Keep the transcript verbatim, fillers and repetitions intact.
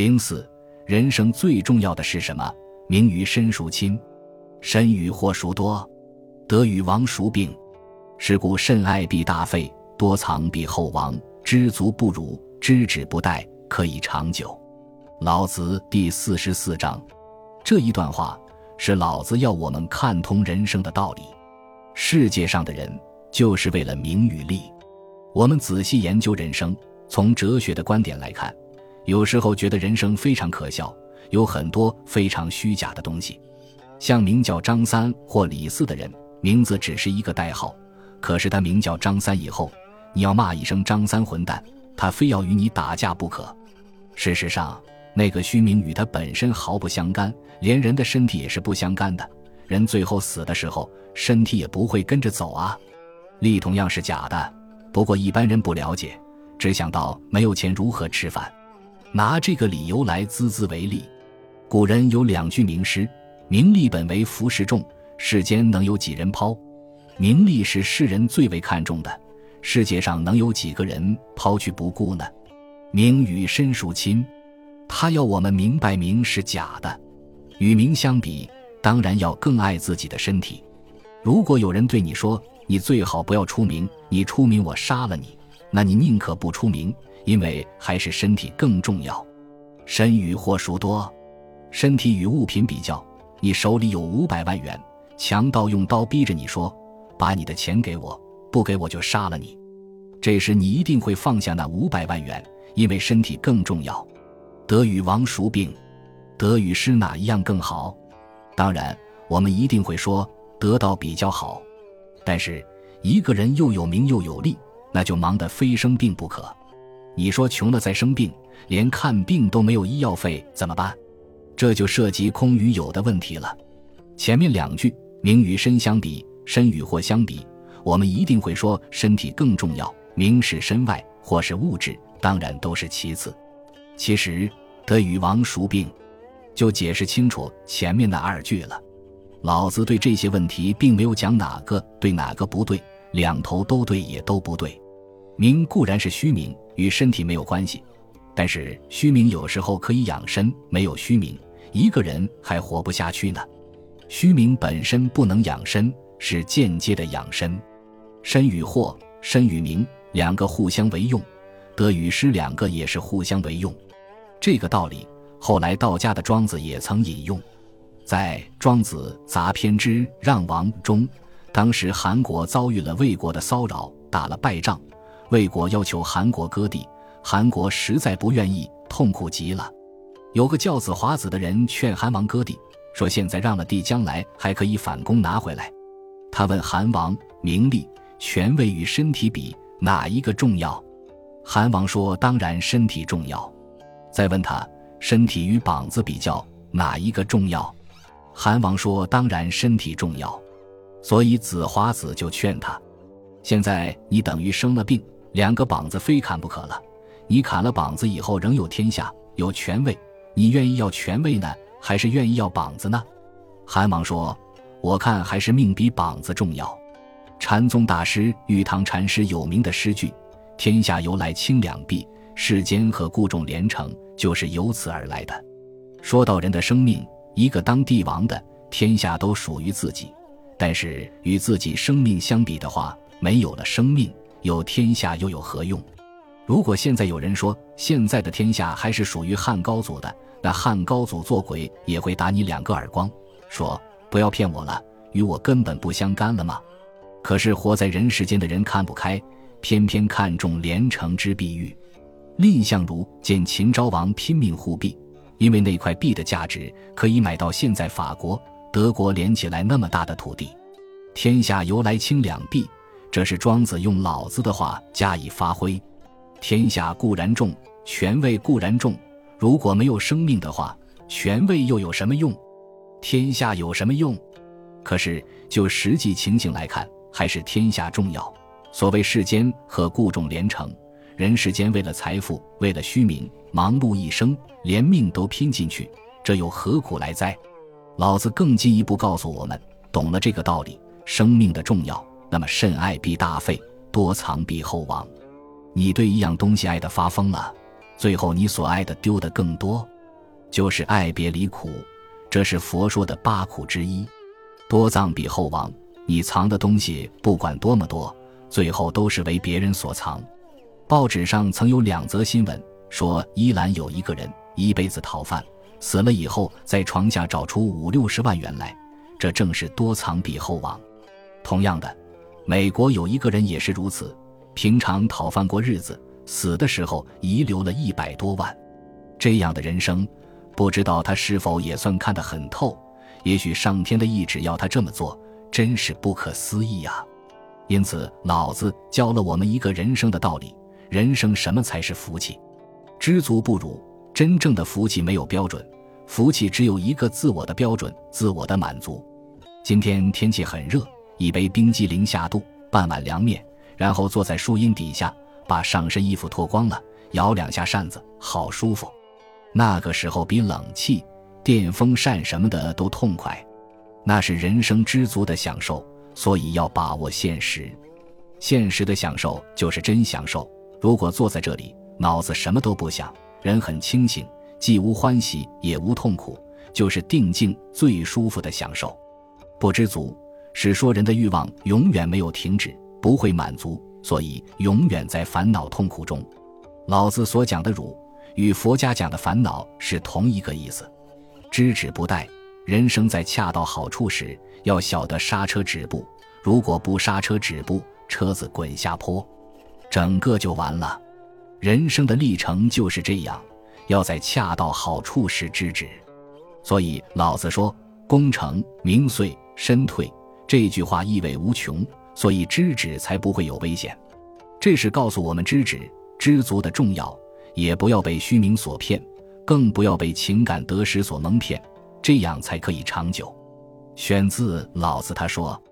零四，人生最重要的是什么？名与身孰亲？身与祸孰多？得与亡孰病？是故甚爱必大费，多藏必后亡。知足不辱，知止不殆，可以长久。老子第四十四章。这一段话是老子要我们看通人生的道理。世界上的人就是为了名与利。我们仔细研究人生，从哲学的观点来看，有时候觉得人生非常可笑，有很多非常虚假的东西。像名叫张三或李四的人，名字只是一个代号，可是他名叫张三以后，你要骂一声张三混蛋，他非要与你打架不可。事实上，那个虚名与他本身毫不相干，连人的身体也是不相干的。人最后死的时候，身体也不会跟着走啊。利同样是假的，不过一般人不了解，只想到没有钱如何吃饭，拿这个理由来孜孜为利。古人有两句名诗：名利本为浮石重，世间能有几人抛？名利是世人最为看重的，世界上能有几个人抛去不顾呢？名与身孰亲？他要我们明白名是假的。与名相比，当然要更爱自己的身体。如果有人对你说，你最好不要出名，你出名我杀了你，那你宁可不出名，因为还是身体更重要。身与祸孰多？身体与物品比较，你手里有五百万元，强盗用刀逼着你说，把你的钱给我，不给我就杀了你。这时你一定会放下那五百万元，因为身体更重要。得与亡孰病？得与失哪一样更好？当然我们一定会说得到比较好，但是一个人又有名又有利，那就忙得非生病不可。你说穷了再生病，连看病都没有医药费怎么办？这就涉及空与有的问题了。前面两句名与身相比，身与祸相比，我们一定会说身体更重要，名是身外，祸是物质，当然都是其次。其实得与亡孰病，就解释清楚前面那二句了。老子对这些问题并没有讲哪个对哪个不对，两头都对也都不对。名固然是虚名，与身体没有关系，但是虚名有时候可以养身，没有虚名，一个人还活不下去呢。虚名本身不能养身，是间接的养身。身与祸，身与名，两个互相为用，得与失两个也是互相为用。这个道理后来道家的庄子也曾引用。在《庄子杂篇之让王》中，当时韩国遭遇了魏国的骚扰，打了败仗，魏国要求韩国割地，韩国实在不愿意，痛苦极了。有个叫子华子的人劝韩王割地，说现在让了地，将来还可以反攻拿回来。他问韩王，名利、权位与身体比，哪一个重要？韩王说当然身体重要。再问他，身体与膀子比较，哪一个重要？韩王说当然身体重要。所以子华子就劝他，现在你等于生了病，两个膀子非砍不可了，你砍了膀子以后仍有天下，有权位，你愿意要权位呢，还是愿意要膀子呢？韩王说，我看还是命比膀子重要。禅宗大师玉堂禅师有名的诗句，天下由来清两璧，世间和故众连城，就是由此而来的。说到人的生命，一个当帝王的，天下都属于自己，但是与自己生命相比的话，没有了生命，有天下又有何用？如果现在有人说现在的天下还是属于汉高祖的，那汉高祖做鬼也会打你两个耳光，说不要骗我了，与我根本不相干了吗？可是活在人世间的人看不开，偏偏看重连城之碧玉。蔺相如见秦昭王拼命护璧，因为那块璧的价值可以买到现在法国、德国连起来那么大的土地。天下由来清两璧，这是庄子用老子的话加以发挥。天下固然重，权位固然重，如果没有生命的话，权位又有什么用？天下有什么用？可是就实际情形来看，还是天下重要。所谓世间和故众连城，人世间为了财富，为了虚名，忙碌一生，连命都拼进去，这又何苦来哉？老子更进一步告诉我们，懂了这个道理，生命的重要，那么慎爱必大费，多藏必后亡。你对一样东西爱得发疯了，最后你所爱的丢得更多。 就是爱别离苦，这是佛说的八苦之一。多藏比后亡，你藏的东西不管多么多，最后都是为别人所藏。报纸上曾有两则新闻，说伊朗有一个人一辈子讨饭，死了以后在床下找出五六十万元来，这正是多藏比后亡。同样的，美国有一个人也是如此，平常讨饭过日子，死的时候遗留了一百多万。这样的人生，不知道他是否也算看得很透，也许上天的意志要他这么做，真是不可思议啊。因此老子教了我们一个人生的道理，人生什么才是福气？知足不辱。真正的福气没有标准，福气只有一个自我的标准，自我的满足。今天天气很热，一杯冰激凌下肚，半碗凉面，然后坐在树荫底下，把上身衣服脱光了，摇两下扇子，好舒服。那个时候比冷气、电风扇什么的都痛快，那是人生知足的享受。所以要把握现实，现实的享受就是真享受。如果坐在这里，脑子什么都不想，人很清醒，既无欢喜也无痛苦，就是定静最舒服的享受。不知足是说人的欲望永远没有停止，不会满足，所以永远在烦恼痛苦中。老子所讲的辱与佛家讲的烦恼是同一个意思。知止不殆，人生在恰到好处时要晓得刹车止步，如果不刹车止步，车子滚下坡，整个就完了。人生的历程就是这样，要在恰到好处时知止。所以老子说功成名遂身退，这句话意味无穷，所以知止才不会有危险。这是告诉我们知止知足的重要，也不要被虚名所骗，更不要被情感得失所蒙骗，这样才可以长久。选自老子他说。